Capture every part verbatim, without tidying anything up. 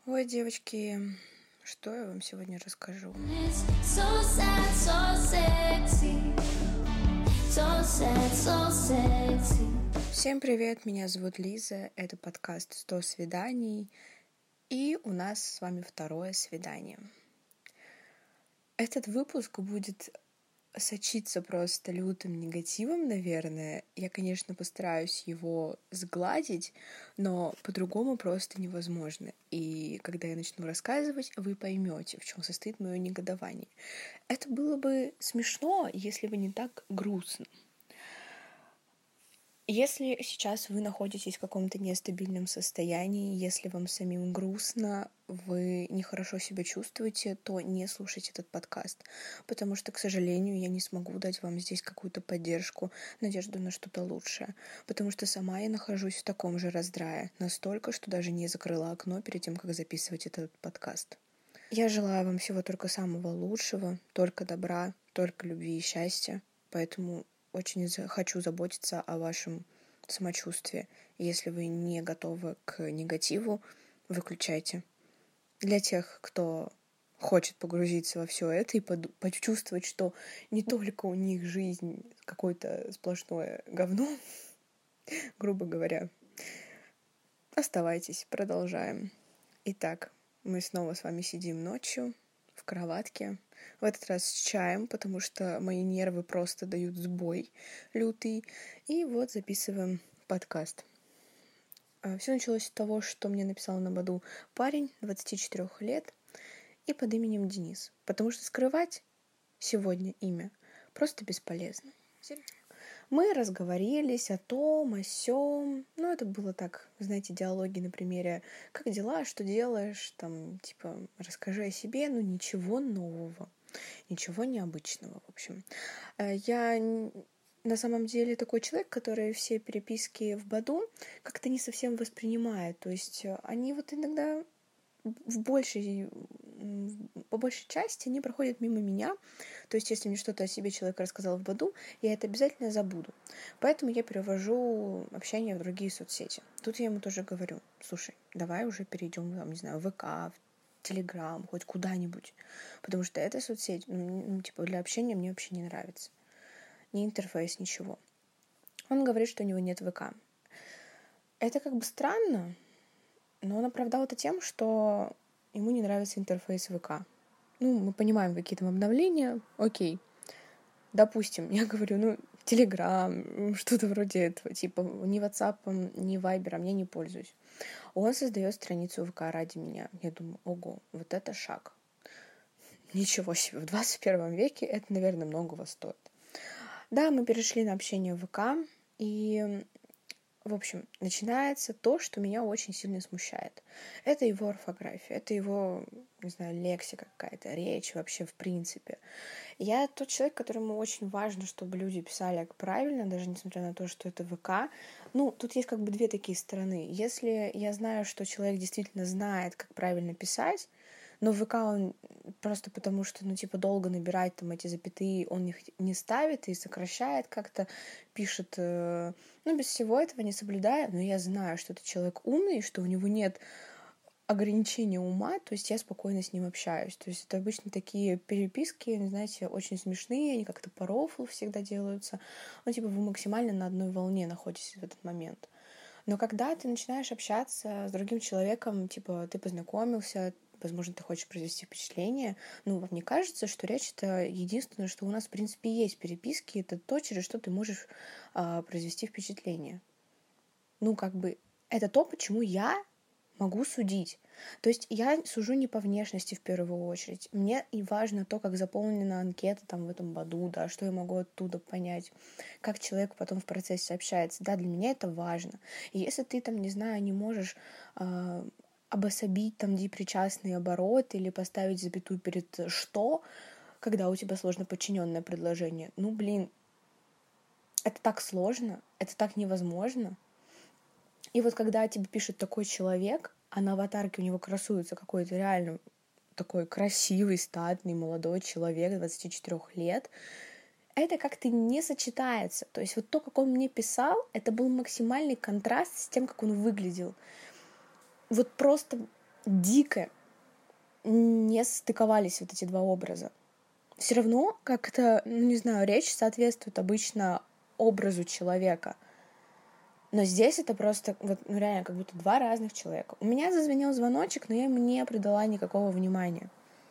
Ой, девочки, что я вам сегодня расскажу? So sad, so sexy. So sad, so sexy. Всем привет, меня зовут Лиза, это подкаст «сто свиданий», и у нас с вами второе свидание. Этот выпуск будет сочиться просто лютым негативом, наверное. Я, конечно, постараюсь его сгладить, но по-другому просто невозможно. И когда я начну рассказывать, вы поймете, в чем состоит мое негодование. Это было бы смешно, если бы не так грустно. Если сейчас вы находитесь в каком-то нестабильном состоянии, если вам самим грустно, вы нехорошо себя чувствуете, то не слушайте этот подкаст, потому что, к сожалению, я не смогу дать вам здесь какую-то поддержку, надежду на что-то лучшее, потому что сама я нахожусь в таком же раздрае, настолько, что даже не закрыла окно перед тем, как записывать этот подкаст. Я желаю вам всего только самого лучшего, только добра, только любви и счастья, поэтому очень хочу заботиться о вашем самочувствии. Если вы не готовы к негативу, выключайте. Для тех, кто хочет погрузиться во все это и под... почувствовать, что не только у них жизнь какое-то сплошное говно, грубо говоря, оставайтесь, продолжаем. Итак, мы снова с вами сидим ночью в кроватке, в этот раз с чаем, потому что мои нервы просто дают сбой лютый. И вот записываем подкаст. Все началось с того, что мне написал на Баду парень двадцати четырёх лет и под именем Денис, потому что скрывать сегодня имя просто бесполезно. Мы разговорились о том, о сём. Ну, это было так, знаете, диалоги на примере «как дела?», «что делаешь?», там, типа, расскажи о себе, ну, ничего нового, ничего необычного, в общем. Я на самом деле такой человек, который все переписки в Баду как-то не совсем воспринимает. То есть они вот иногда в большей, по большей части они проходят мимо меня. То есть если мне что-то о себе человек рассказал в Баду, я это обязательно забуду. Поэтому я перевожу общение в другие соцсети. Тут я ему тоже говорю: слушай, давай уже перейдем, там, не знаю, в ВК, в Телеграм, хоть куда-нибудь. Потому что эта соцсеть, ну, типа, для общения мне вообще не нравится. Ни интерфейс, ничего. Он говорит, что у него нет ВК. Это как бы странно, но он оправдал это тем, что ему не нравится интерфейс ВК. Ну, мы понимаем, какие там обновления, окей. Допустим, я говорю, ну, Телеграм, что-то вроде этого, типа, ни WhatsApp, ни Viber я не пользуюсь. Он создает страницу ВК ради меня. Я думаю, ого, вот это шаг. Ничего себе, в двадцать первом веке это, наверное, многого стоит. Да, мы перешли на общение в ВК, и, в общем, начинается то, что меня очень сильно смущает. Это его орфография, это его, не знаю, лексика какая-то, речь вообще в принципе. Я тот человек, которому очень важно, чтобы люди писали правильно, даже несмотря на то, что это ВК. Ну, тут есть как бы две такие стороны. Если я знаю, что человек действительно знает, как правильно писать, но в ВК он просто потому, что, ну, типа, долго набирать там эти запятые, он их не ставит и сокращает как-то, пишет, э, ну, без всего этого не соблюдая, но я знаю, что это человек умный, что у него нет ограничения ума, то есть я спокойно с ним общаюсь. То есть это обычно такие переписки, знаете, очень смешные, они как-то по рофлу всегда делаются. Ну, типа, вы максимально на одной волне находитесь в этот момент. Но когда ты начинаешь общаться с другим человеком, типа, ты познакомился, возможно, ты хочешь произвести впечатление, ну, вам не кажется, что речь — это единственное, что у нас, в принципе, есть переписки, это то, через что ты можешь а, произвести впечатление. Ну, как бы, это то, почему я могу судить. То есть я сужу не по внешности в первую очередь. Мне и важно то, как заполнена анкета там в этом Баду, да, что я могу оттуда понять, как человек потом в процессе общается. Да, для меня это важно. И если ты там, не знаю, не можешь э, обособить там депричастный оборот или поставить запятую перед «что», когда у тебя сложно подчиненное предложение, ну, блин, это так сложно, это так невозможно. И вот когда тебе пишет такой человек, а на аватарке у него красуется какой-то реально такой красивый, статный, молодой человек двадцати четырёх лет, это как-то не сочетается. То есть вот то, как он мне писал, это был максимальный контраст с тем, как он выглядел. Вот просто дико не стыковались вот эти два образа. Все равно как-то, ну не знаю, речь соответствует обычно образу человека. Но здесь это просто, вот, ну реально, как будто два разных человека. У меня зазвенел звоночек, но я ему не придала никакого внимания.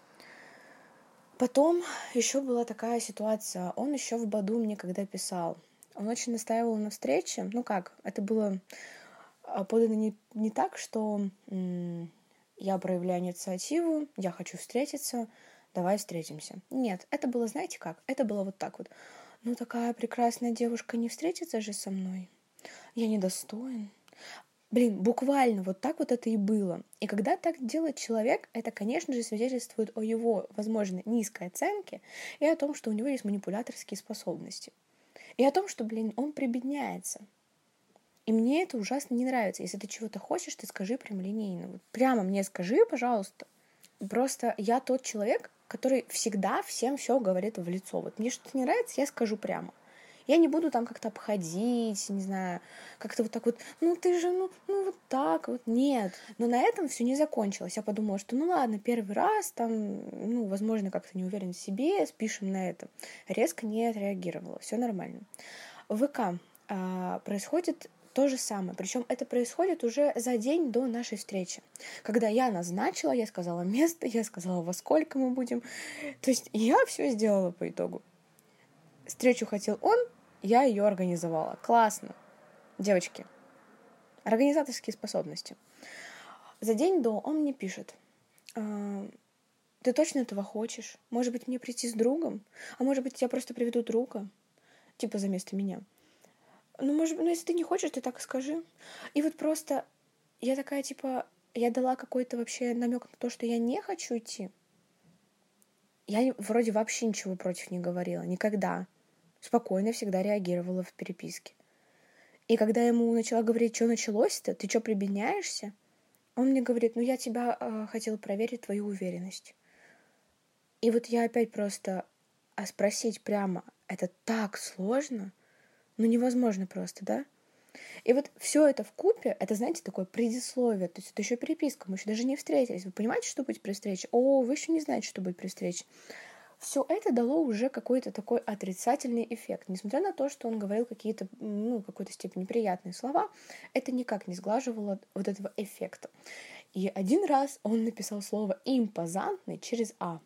Потом еще была такая ситуация. Он еще в Баду мне когда писал. Он очень настаивал на встрече. Ну как, это было подано не, не так, что м- я проявляю инициативу, я хочу встретиться, давай встретимся. Нет, это было, знаете как? Это было вот так вот. Ну такая прекрасная девушка не встретится же со мной. Я недостоин. Блин, буквально вот так вот это и было. И когда так делает человек, это, конечно же, свидетельствует о его, возможно, низкой оценке и о том, что у него есть манипуляторские способности. И о том, что, блин, он прибедняется. И мне это ужасно не нравится. Если ты чего-то хочешь, ты скажи прямолинейно. Вот прямо мне скажи, пожалуйста. Просто я тот человек, который всегда всем все говорит в лицо. Вот мне что-то не нравится, я скажу прямо. Я не буду там как-то обходить, не знаю, как-то вот так вот, ну ты же, ну, ну вот так вот, нет. Но на этом все не закончилось. Я подумала, что ну ладно, первый раз, там, ну, возможно, как-то не уверен в себе, спишем на это. Резко не отреагировала, все нормально. В ВК а, происходит то же самое. Причем это происходит уже за день до нашей встречи. Когда я назначила, я сказала место, я сказала, во сколько мы будем. То есть я все сделала по итогу. Встречу хотел он, я ее организовала. Классно. Девочки, организаторские способности. За день до он мне пишет. Ты точно этого хочешь? Может быть, мне прийти с другом? А может быть, я просто приведу друга? Типа за место меня. Ну, может быть, ну, если ты не хочешь, ты так и скажи. И вот просто я такая, типа, я дала какой-то вообще намек на то, что я не хочу идти. Я вроде вообще ничего против не говорила. Никогда. Спокойно всегда реагировала в переписке. И когда я ему начала говорить, что началось-то, ты что, прибедняешься? Он мне говорит, ну я тебя э, хотела проверить твою уверенность. И вот я опять просто, а спросить прямо, это так сложно, ну невозможно просто, да? И вот все это вкупе, это, знаете, такое предисловие, то есть это еще переписка, мы еще даже не встретились. Вы понимаете, что будет при встрече? О, вы еще не знаете, что будет при встрече. Все это дало уже какой-то такой отрицательный эффект. Несмотря на то, что он говорил какие-то, ну, в какой-то степени приятные слова, это никак не сглаживало вот этого эффекта. И один раз он написал слово «импозантный» через «а».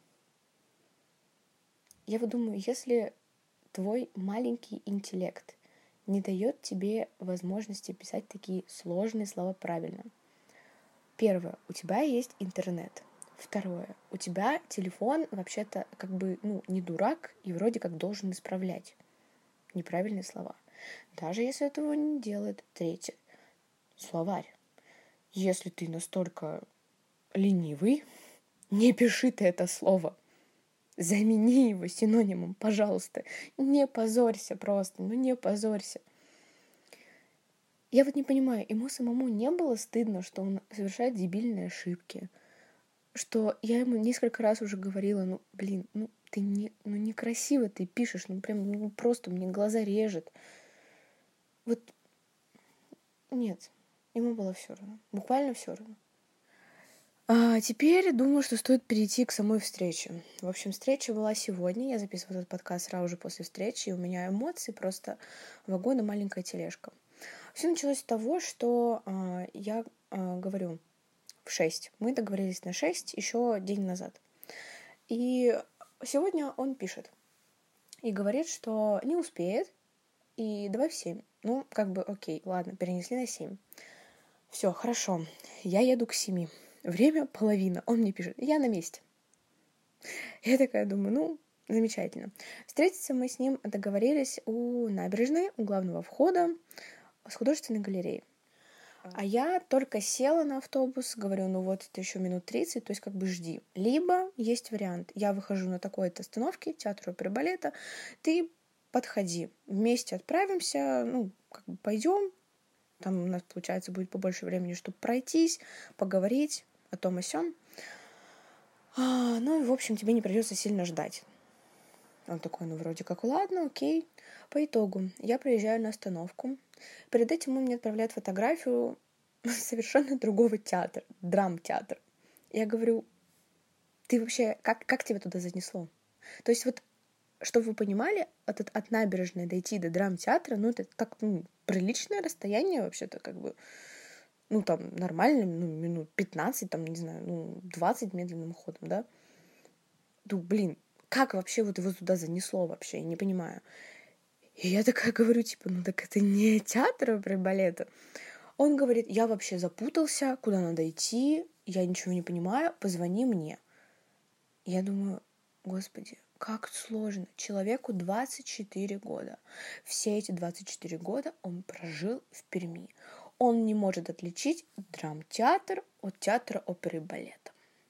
Я вот думаю, если твой маленький интеллект не дает тебе возможности писать такие сложные слова правильно. Первое, у тебя есть интернет. Второе, у тебя телефон вообще-то как бы, ну, не дурак и вроде как должен исправлять неправильные слова. Даже если этого не делает. Третье, словарь. Если ты настолько ленивый, не пиши ты это слово. Замени его синонимом, пожалуйста. Не позорься просто, ну не позорься. Я вот не понимаю, ему самому не было стыдно, что он совершает дебильные ошибки, что я ему несколько раз уже говорила, ну, блин, ну, ты не, ну, некрасиво ты пишешь, ну, прям, ну, просто мне глаза режет. Вот, нет, ему было все равно, буквально все равно. А теперь думаю, что стоит перейти к самой встрече. В общем, встреча была сегодня, я записывала этот подкаст сразу же после встречи, и у меня эмоции просто вагон и маленькая тележка. Все началось с того, что а, я а, говорю, в шесть. Мы договорились на шесть еще день назад. И сегодня он пишет и говорит, что не успеет, и давай в семь. Ну, как бы, окей, ладно, перенесли на семь. Все, хорошо, я еду к семи. Время половина. Он мне пишет, я на месте. Я такая думаю, ну, замечательно. Встретиться мы с ним договорились у набережной, у главного входа с художественной галереей. А я только села на автобус, говорю, ну вот это еще минут тридцать, то есть как бы жди. Либо есть вариант, я выхожу на такой-то остановке, театр оперы балета, ты подходи, вместе отправимся, ну, как бы пойдем, там у нас, получается, будет побольше времени, чтобы пройтись, поговорить о том, о сём. А, ну и, в общем, тебе не придется сильно ждать. Он такой, ну, вроде как, ладно, окей. По итогу я приезжаю на остановку. Перед этим он мне отправляет фотографию совершенно другого театра, драм-театр. Я говорю, ты вообще, как, как тебя туда занесло? То есть вот, чтобы вы понимали, от, от набережной дойти до драмтеатра, ну, это так, ну, приличное расстояние вообще-то, как бы, ну, там, нормально, ну, минут пятнадцать, там, не знаю, ну, двадцать медленным ходом, да? Ну, блин, как вообще вот его туда занесло вообще, я не понимаю. И я такая говорю, типа, ну, так это не театр оперы и балета. Он говорит, я вообще запутался, куда надо идти, я ничего не понимаю, позвони мне. Я думаю, господи, как сложно. Человеку двадцать четыре года. Все эти двадцать четыре года он прожил в Перми. Он не может отличить драмтеатр от театра оперы и балета.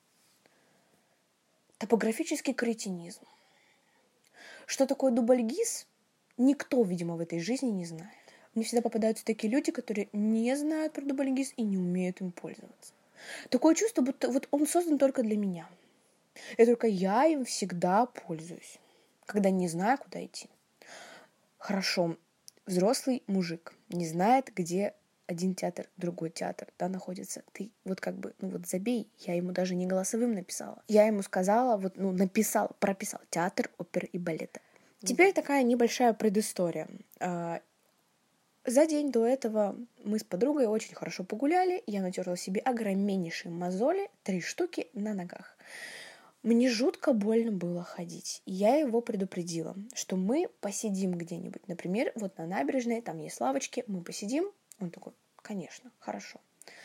Топографический кретинизм. Что такое дубльгиз, никто, видимо, в этой жизни не знает. Мне всегда попадаются такие люди, которые не знают про дубльгиз и не умеют им пользоваться. Такое чувство, будто вот он создан только для меня. И только я им всегда пользуюсь, когда не знаю, куда идти. Хорошо, взрослый мужик не знает, где один театр, другой театр, да, находится. Ты вот как бы, ну вот забей, я ему даже не голосовым написала. Я ему сказала, вот, ну, написала, прописала театр оперы и балета. Теперь такая небольшая предыстория. За день до этого мы с подругой очень хорошо погуляли, я натерла себе огромнейшие мозоли, три штуки на ногах. Мне жутко больно было ходить. И я его предупредила, что мы посидим где-нибудь. Например, вот на набережной, там есть лавочки, мы посидим. Он такой, конечно, хорошо.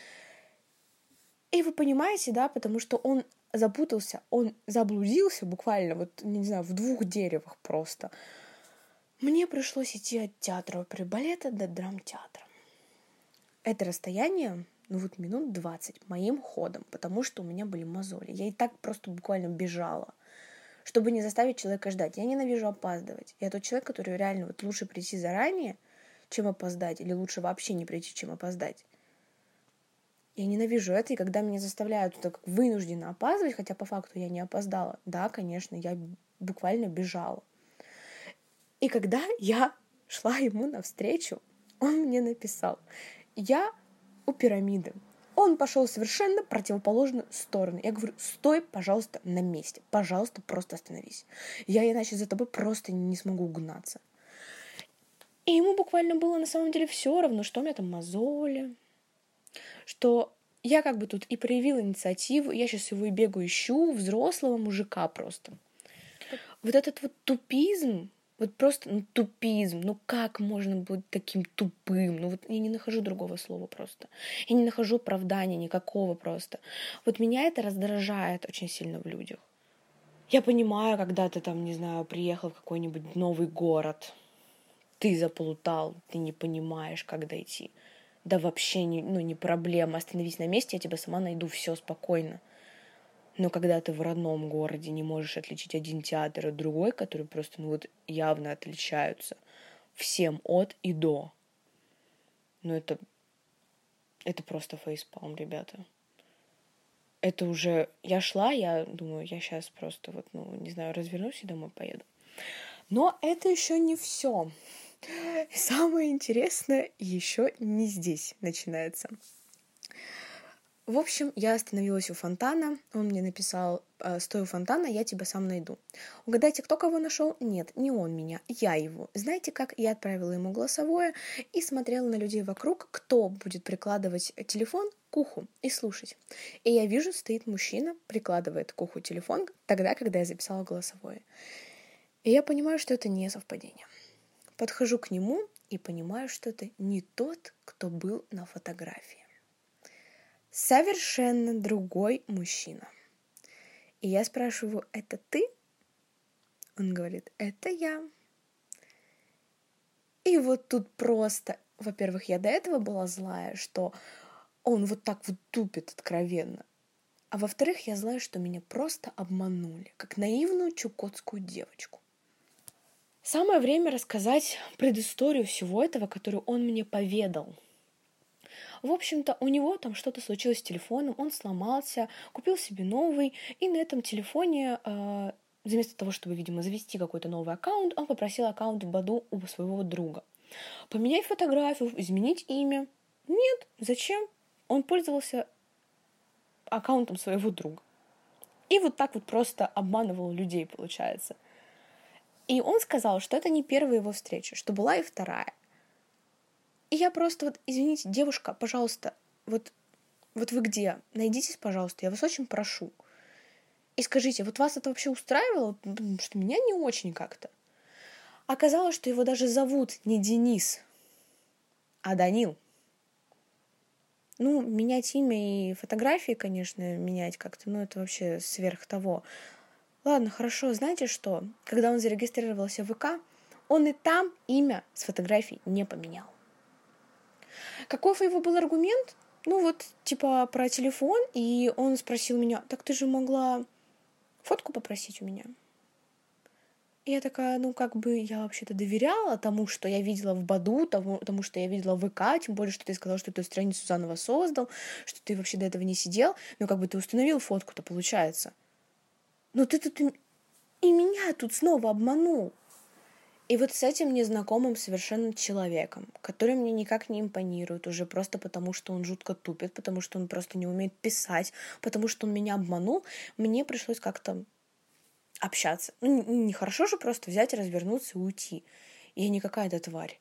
И вы понимаете, да, потому что он запутался, он заблудился буквально, вот, не знаю, в двух деревах просто. Мне пришлось идти от театра оперы и балета до драмтеатра. Это расстояние, ну вот минут двадцать моим ходом, потому что у меня были мозоли. Я и так просто буквально бежала, чтобы не заставить человека ждать. Я ненавижу опаздывать. Я тот человек, который реально вот лучше прийти заранее, чем опоздать, или лучше вообще не прийти, чем опоздать. Я ненавижу это, и когда меня заставляют так вынужденно опаздывать, хотя по факту я не опоздала, да, конечно, я буквально бежала. И когда я шла ему навстречу, он мне написал, я у пирамиды. Он пошел в совершенно противоположную сторону. Я говорю, стой, пожалуйста, на месте. Пожалуйста, просто остановись. Я иначе за тобой просто не смогу угнаться. И ему буквально было на самом деле все равно, что у меня там мозоли, что я как бы тут и проявила инициативу, я сейчас его и бегаю ищу, взрослого мужика просто. Вот этот вот тупизм, вот просто ну, тупизм. Ну как можно быть таким тупым? Ну вот я не нахожу другого слова просто. Я не нахожу оправдания никакого просто. Вот меня это раздражает очень сильно в людях. Я понимаю, когда ты там, не знаю, приехал в какой-нибудь новый город, ты заплутал, ты не понимаешь, как дойти. Да вообще не, ну, не проблема. Остановись на месте, я тебя сама найду, все спокойно. Но когда ты в родном городе не можешь отличить один театр от другой, которые просто ну, вот, явно отличаются всем от и до, ну это, это просто фейспалм, ребята. Это уже... Я шла, я думаю, я сейчас просто вот, ну, не знаю, развернусь и домой поеду. Но это еще не все. Самое интересное еще не здесь начинается. В общем, я остановилась у фонтана, он мне написал, стой у фонтана, я тебя сам найду. Угадайте, кто кого нашел? Нет, не он меня, я его. Знаете как? Я отправила ему голосовое и смотрела на людей вокруг, кто будет прикладывать телефон к уху и слушать. И я вижу, стоит мужчина, прикладывает к уху телефон тогда, когда я записала голосовое. И я понимаю, что это не совпадение. Подхожу к нему и понимаю, что это не тот, кто был на фотографии. Совершенно другой мужчина. И я спрашиваю, это ты? Он говорит, это я. И вот тут просто, во-первых, я до этого была злая, что он вот так вот тупит откровенно. А во-вторых, я злая, что меня просто обманули, как наивную чукотскую девочку. Самое время рассказать предысторию всего этого, которую он мне поведал. В общем-то, у него там что-то случилось с телефоном, он сломался, купил себе новый, и на этом телефоне, э, вместо того, чтобы, видимо, завести какой-то новый аккаунт, он попросил аккаунт в Баду у своего друга. Поменять фотографию, изменить имя. Нет, зачем? Он пользовался аккаунтом своего друга. И вот так вот просто обманывал людей, получается. И он сказал, что это не первая его встреча, что была и вторая. И я просто вот, извините, девушка, пожалуйста, вот, вот вы где? Найдитесь, пожалуйста, я вас очень прошу. И скажите, вот вас это вообще устраивало? Потому что меня не очень как-то. Оказалось, что его даже зовут не Денис, а Данил. Ну, менять имя и фотографии, конечно, менять как-то, ну, это вообще сверх того. Ладно, хорошо, знаете что? Когда он зарегистрировался в ВК, он и там имя с фотографией не поменял. Каков его был аргумент? Ну, вот, типа, про телефон, и он спросил меня, так ты же могла фотку попросить у меня? И я такая, ну, как бы я вообще-то доверяла тому, что я видела в Баду, тому, тому, что я видела в ВК, тем более, что ты сказал, что ты страницу заново создал, что ты вообще до этого не сидел, ну, как бы ты установил фотку-то, получается. Но ты тут и меня тут снова обманул. И вот с этим незнакомым совершенно человеком, который мне никак не импонирует уже просто потому, что он жутко тупит, потому что он просто не умеет писать, потому что он меня обманул, мне пришлось как-то общаться. Ну, нехорошо же просто взять, развернуться и уйти. Я не какая-то тварь.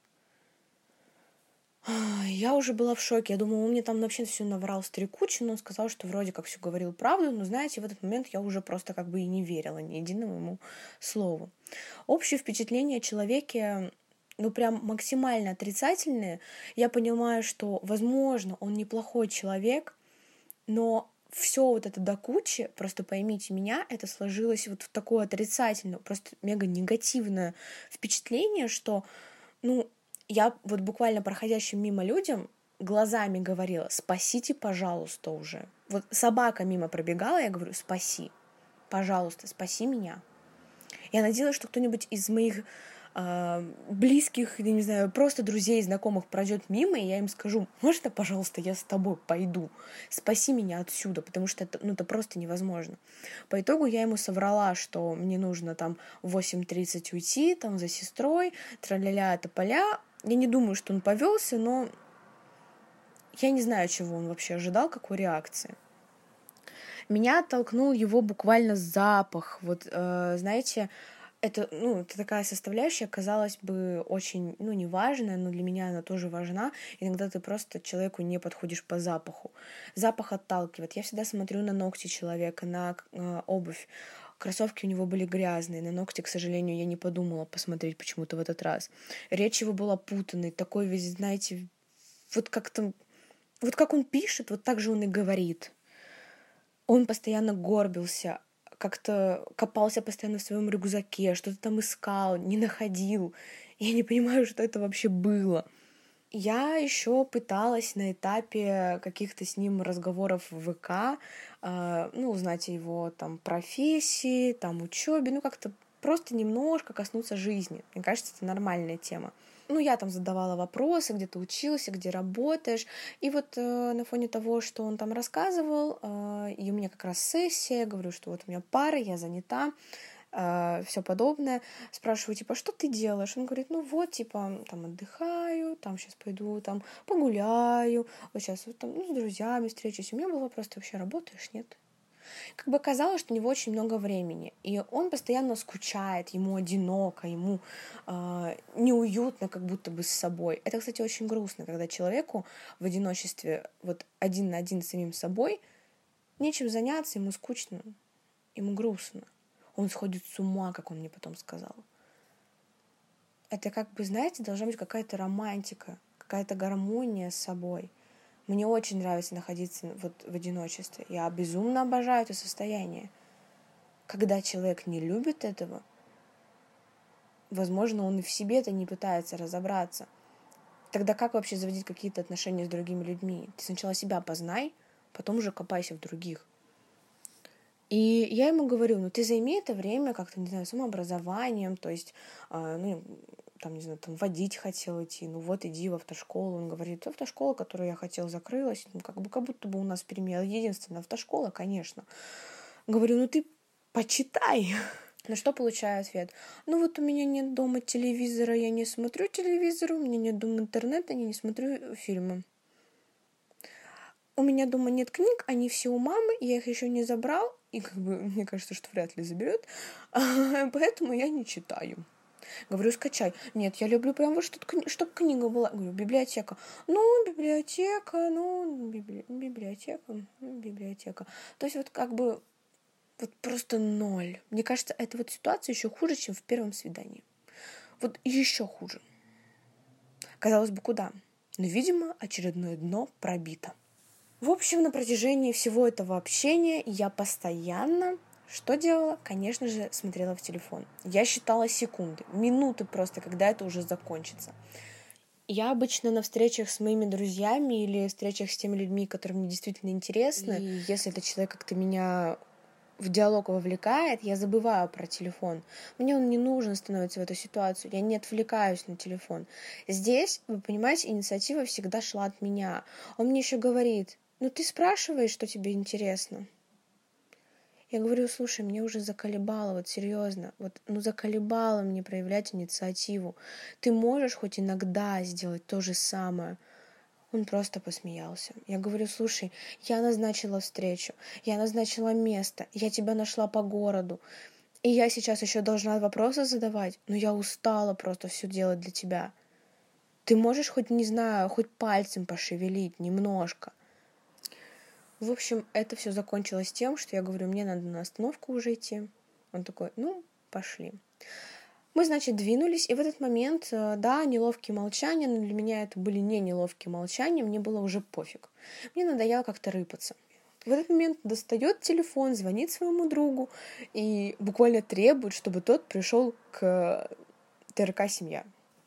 Я уже была в шоке. Я думала, он мне там вообще все наврал стрекуче, но он сказал, что вроде как все говорил правду, но, знаете, в этот момент я уже просто как бы и не верила ни единому ему слову. Общее впечатление о человеке, ну, прям максимально отрицательное. Я понимаю, что, возможно, он неплохой человек, но все вот это до кучи, просто поймите меня, это сложилось вот в такое отрицательное, просто мега негативное впечатление, что, ну, я вот буквально проходящим мимо людям глазами говорила: спасите, пожалуйста, уже. Вот собака мимо пробегала, я говорю: спаси, пожалуйста, спаси меня. Я надеялась, что кто-нибудь из моих э, близких, я не знаю, просто друзей, знакомых пройдет мимо, и я им скажу: можно, пожалуйста, я с тобой пойду, спаси меня отсюда, потому что это, ну, это просто невозможно. По итогу я ему соврала, что мне нужно там в восемь тридцать уйти, там за сестрой, тра-ля-ля, тополя. Я не думаю, что он повелся, но я не знаю, чего он вообще ожидал, какой реакции. Меня оттолкнул его буквально запах. Вот, э, знаете, это, ну, это такая составляющая, казалось бы, очень, ну, неважная, но для меня она тоже важна. Иногда ты просто человеку не подходишь по запаху. Запах отталкивает. Я всегда смотрю на ногти человека, на э, обувь. Кроссовки у него были грязные, на ногти, к сожалению, я не подумала посмотреть почему-то в этот раз. Речь его была путанной, такой весь, знаете, вот как-то, вот как он пишет, вот так же он и говорит. Он постоянно горбился, как-то копался постоянно в своем рюкзаке, что-то там искал, не находил. Я не понимаю, что это вообще было. Я еще пыталась на этапе каких-то с ним разговоров в ВК, э, ну, узнать о его там профессии, там учебе, ну, как-то просто немножко коснуться жизни. Мне кажется, это нормальная тема. Ну, я там задавала вопросы, где ты учился, где работаешь. И вот э, на фоне того, что он там рассказывал, э, и у меня как раз сессия, говорю, что вот у меня пара, я занята, э, все подобное. Спрашиваю, типа, что ты делаешь? Он говорит: ну вот, типа, там отдыхаю, там сейчас пойду, там погуляю, вот сейчас вот там, ну, с друзьями встречусь. У меня был вопрос: ты вообще работаешь, нет? Как бы казалось, что у него очень много времени, и он постоянно скучает, ему одиноко, ему э, неуютно, как будто бы с собой. Это, кстати, очень грустно, когда человеку в одиночестве, вот один на один с самим собой, нечем заняться, ему скучно, ему грустно. Он сходит с ума, как он мне потом сказал. Это как бы, знаете, должна быть какая-то романтика, какая-то гармония с собой. Мне очень нравится находиться вот в одиночестве. Я безумно обожаю это состояние. Когда человек не любит этого, возможно, он и в себе это не пытается разобраться. Тогда как вообще заводить какие-то отношения с другими людьми? Ты сначала себя познай, потом уже копайся в других. И я ему говорю: ну ты займи это время как-то, не знаю, самообразованием, то есть, э, ну, там, не знаю, там водить хотел идти, ну вот иди в автошколу. Он говорит: автошкола, которую я хотел, закрылась. Ну, как бы, как будто бы у нас в Перми единственная автошкола, конечно. Говорю: ну ты почитай. На что получаю ответ: ну вот у меня нет дома телевизора, я не смотрю телевизор, у меня нет дома интернета, я не смотрю фильмы. у меня дома нет книг, они все у мамы, я их еще не забрал, и как бы мне кажется, что вряд ли заберет, поэтому я не читаю. Говорю, скачай. Нет, я люблю прям вот, чтобы книга была. Говорю, библиотека. Ну, библиотека, ну, библи... библиотека, ну, библиотека. То есть вот как бы вот просто ноль. Мне кажется, эта вот ситуация еще хуже, чем в первом свидании. Вот еще хуже. Казалось бы, куда? Но, видимо, очередное дно пробито. В общем, на протяжении всего этого общения я постоянно... Что делала? Конечно же, смотрела в телефон. Я считала секунды, минуты просто, когда это уже закончится. Я обычно на встречах с моими друзьями или встречах с теми людьми, которые мне действительно интересны, и если этот человек как-то меня в диалог вовлекает, я забываю про телефон. Мне он не нужен становится в эту ситуацию, я не отвлекаюсь на телефон. Здесь, вы понимаете, инициатива всегда шла от меня. Он мне еще говорит, ну ты спрашиваешь, что тебе интересно. Я говорю, слушай, мне уже заколебало, вот серьезно, вот, ну заколебало мне проявлять инициативу. Ты можешь хоть иногда сделать то же самое? Он просто посмеялся. Я говорю, слушай, я назначила встречу, я назначила место, я тебя нашла по городу, и я сейчас еще должна вопросы задавать, но я устала просто все делать для тебя. Ты можешь хоть, не знаю, хоть пальцем пошевелить немножко? В общем, это все закончилось тем, что я говорю, мне надо на остановку уже идти. Он такой, ну, пошли. Мы, значит, двинулись, и в этот момент, да, неловкие молчания, но для меня это были не неловкие молчания, мне было уже пофиг. Мне надоело как-то рыпаться. В этот момент достает телефон, звонит своему другу и буквально требует, чтобы тот пришел к ТРК «Семья».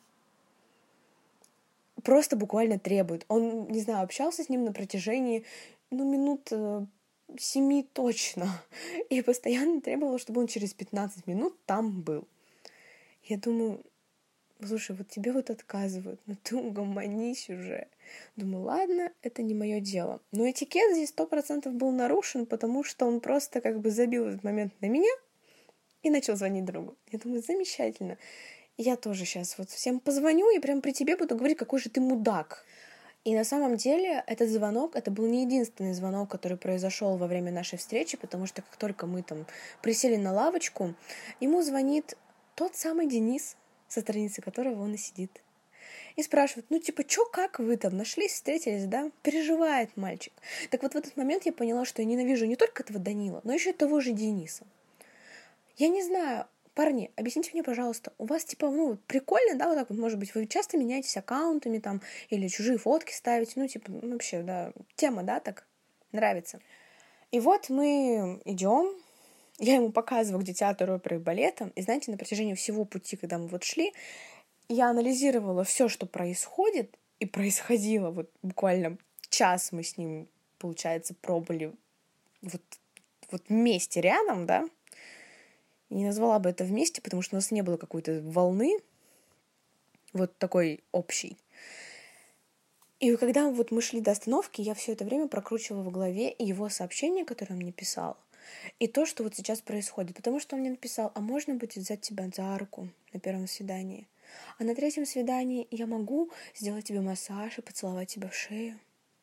Просто буквально требует. Он, не знаю, общался с ним на протяжении ну, минут э, семи точно. И постоянно требовала, чтобы он через пятнадцать минут там был. Я думаю, слушай, вот тебе вот отказывают, но ты угомонись уже. Думаю, ладно, это не мое дело. Но этикет здесь сто процентов был нарушен, потому что он просто как бы забил в этот момент на меня и начал звонить другу. Я думаю, замечательно. Я тоже сейчас вот всем позвоню и прям при тебе буду говорить, какой же ты мудак. И на самом деле этот звонок, это был не единственный звонок, который произошел во время нашей встречи, потому что как только мы там присели на лавочку, ему звонит тот самый Денис, со страницы которого он и сидит. И спрашивает, ну типа, чё, как вы там, нашлись, встретились, да? Переживает мальчик. Так вот в этот момент я поняла, что я ненавижу не только этого Данила, но еще и того же Дениса. Я не знаю, парни, объясните мне, пожалуйста, у вас, типа, ну, прикольно, да, вот так вот, может быть, вы часто меняетесь аккаунтами там, или чужие фотки ставите, ну, типа, ну, вообще, да, тема, да, так, нравится. И вот мы идем, я ему показываю, где театр оперы и балета, и, знаете, на протяжении всего пути, когда мы вот шли, я анализировала все, что происходит, и происходило, вот буквально час мы с ним, получается, пробыли вот, вот вместе рядом, да, не назвала бы это вместе, потому что у нас не было какой-то волны, вот такой общей. И когда вот мы шли до остановки, я все это время прокручивала в голове его сообщение, которое он мне писал, и то, что вот сейчас происходит. Потому что он мне написал, а можно будет взять тебя за руку на первом свидании? А на третьем свидании я могу сделать тебе массаж и поцеловать тебя в шею?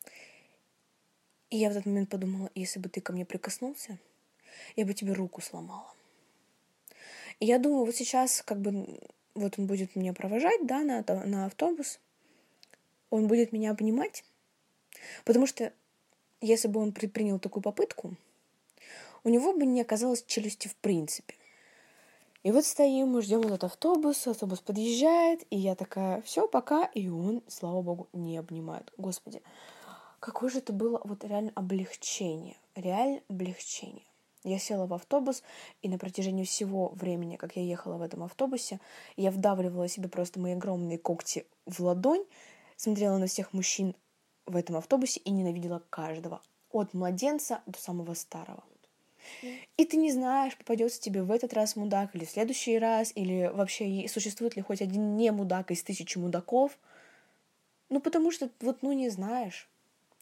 И я в этот момент подумала, если бы ты ко мне прикоснулся, я бы тебе руку сломала. И я думаю, вот сейчас как бы вот он будет меня провожать, да, на, на автобус, он будет меня обнимать, потому что если бы он предпринял такую попытку, у него бы не оказалось челюсти в принципе. И вот стоим, мы ждем этот автобус, автобус подъезжает, и я такая, все, пока, и он, слава богу, не обнимает. Господи, какое же это было вот реально облегчение, реально облегчение. Я села в автобус, и на протяжении всего времени, как я ехала в этом автобусе, я вдавливала себе просто мои огромные когти в ладонь, смотрела на всех мужчин в этом автобусе и ненавидела каждого, от младенца до самого старого. И ты не знаешь, попадется тебе в этот раз мудак, или в следующий раз, или вообще существует ли хоть один не мудак из тысячи мудаков. Ну, потому что вот, ну, не знаешь.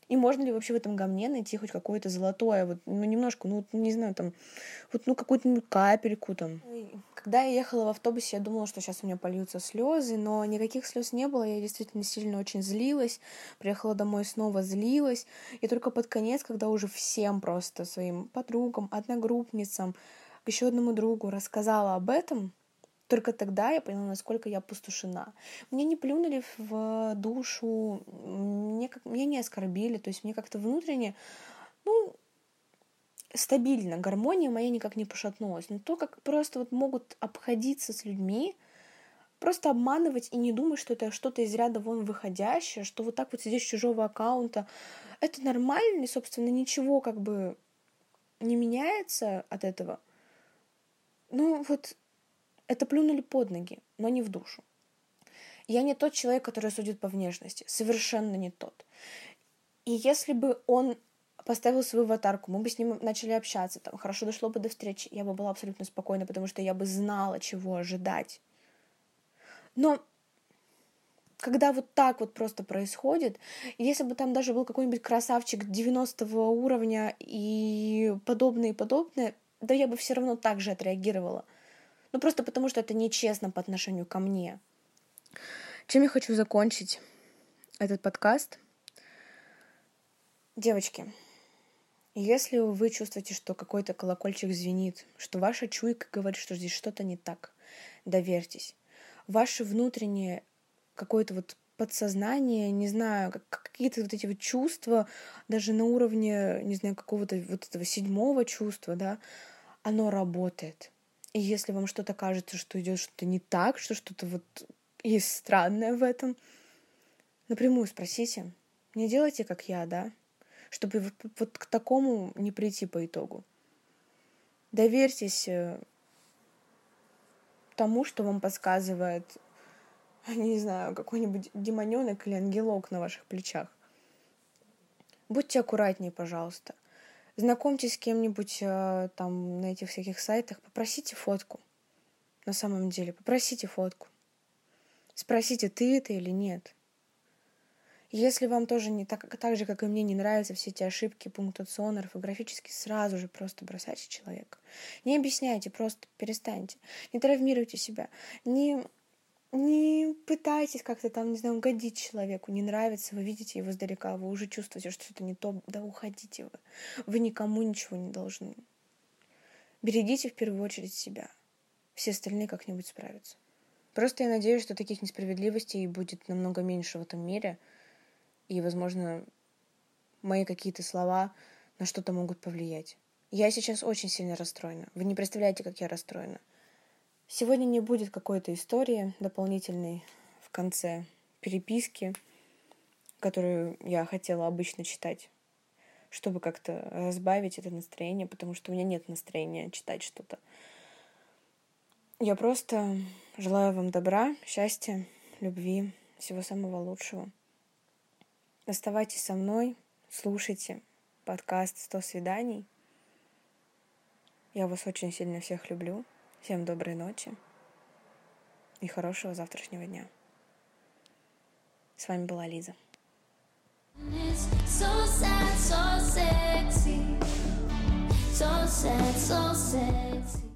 И можно ли вообще в этом говне найти хоть какое-то золотое, вот, ну, немножко, ну, не знаю, там, вот, ну, какую-то капельку там. Когда я ехала в автобусе, я думала, что сейчас у меня польются слезы, но никаких слез не было, я действительно сильно очень злилась, приехала домой, снова злилась, и только под конец, когда уже всем просто своим подругам, одногруппницам, еще одному другу рассказала об этом, только тогда я поняла, насколько я опустошена. Мне не плюнули в душу, мне, как, меня не оскорбили, то есть мне как-то внутренне, ну, стабильно, гармония моя никак не пошатнулась. Но то, как просто вот могут обходиться с людьми, просто обманывать и не думать, что это что-то из ряда вон выходящее, что вот так вот сидишь с чужого аккаунта, это нормально, и, собственно, ничего как бы не меняется от этого. Ну, вот это плюнули под ноги, но не в душу. Я не тот человек, который судит по внешности. Совершенно не тот. И если бы он поставил свою аватарку, мы бы с ним начали общаться, там, хорошо дошло бы до встречи, я бы была абсолютно спокойна, потому что я бы знала, чего ожидать. Но когда вот так вот просто происходит, если бы там даже был какой-нибудь красавчик девяностого уровня и подобное, и подобное, да я бы все равно так же отреагировала. Ну, просто потому, что это нечестно по отношению ко мне. Чем я хочу закончить этот подкаст? Девочки, если вы чувствуете, что какой-то колокольчик звенит, что ваша чуйка говорит, что здесь что-то не так, доверьтесь. Ваше внутреннее какое-то вот подсознание, не знаю, какие-то вот эти вот чувства, даже на уровне, не знаю, какого-то вот этого седьмого чувства, да, оно работает. И если вам что-то кажется, что идет что-то не так, что что-то вот есть странное в этом, напрямую спросите. Не делайте, как я, да? Чтобы вот к такому не прийти по итогу. Доверьтесь тому, что вам подсказывает, не знаю, какой-нибудь демонёнок или ангелок на ваших плечах. Будьте аккуратнее, пожалуйста. Знакомьтесь с кем-нибудь э, там на этих всяких сайтах, попросите фотку. На самом деле, попросите фотку. Спросите, ты это или нет. Если вам тоже не так, так же, как и мне, не нравятся все эти ошибки пунктуационно, орфографически, сразу же просто бросайте человека. Не объясняйте, просто перестаньте. Не травмируйте себя. Не, не пытайтесь как-то там, не знаю, угодить человеку. Не нравится, вы видите его издалека, вы уже чувствуете, что это не то. Да уходите вы. Вы никому ничего не должны. Берегите в первую очередь себя. Все остальные как-нибудь справятся. Просто я надеюсь, что таких несправедливостей будет намного меньше в этом мире. И, возможно, мои какие-то слова на что-то могут повлиять. Я сейчас очень сильно расстроена. Вы не представляете, как я расстроена. Сегодня не будет какой-то истории дополнительной в конце переписки, которую я хотела обычно читать, чтобы как-то разбавить это настроение, потому что у меня нет настроения читать что-то. Я просто желаю вам добра, счастья, любви, всего самого лучшего. Оставайтесь со мной, слушайте подкаст «сто свиданий». Я вас очень сильно всех люблю. Всем доброй ночи и хорошего завтрашнего дня. С вами была Лиза. So sad, so sexy. So sad, so sexy.